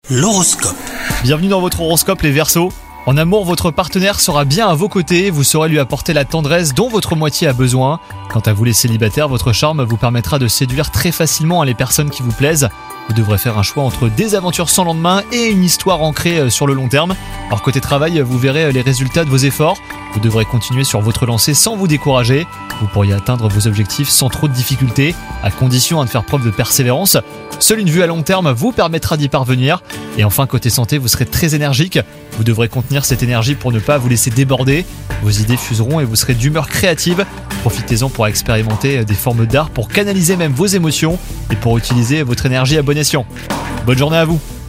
L'horoscope. Bienvenue dans votre horoscope les Verseaux. En amour, votre partenaire sera bien à vos côtés, vous saurez lui apporter la tendresse dont votre moitié a besoin. Quant à vous les célibataires, votre charme vous permettra de séduire très facilement les personnes qui vous plaisent. Vous devrez faire un choix entre des aventures sans lendemain et une histoire ancrée sur le long terme. Alors côté travail, vous verrez les résultats de vos efforts. Vous devrez continuer sur votre lancée sans vous décourager. Vous pourriez atteindre vos objectifs sans trop de difficultés, à condition de faire preuve de persévérance. Seule une vue à long terme vous permettra d'y parvenir. Et enfin, côté santé, vous serez très énergique. Vous devrez contenir cette énergie pour ne pas vous laisser déborder. Vos idées fuseront et vous serez d'humeur créative. Profitez-en pour expérimenter des formes d'art, pour canaliser même vos émotions et pour utiliser votre énergie à bon escient. Bonne journée à vous!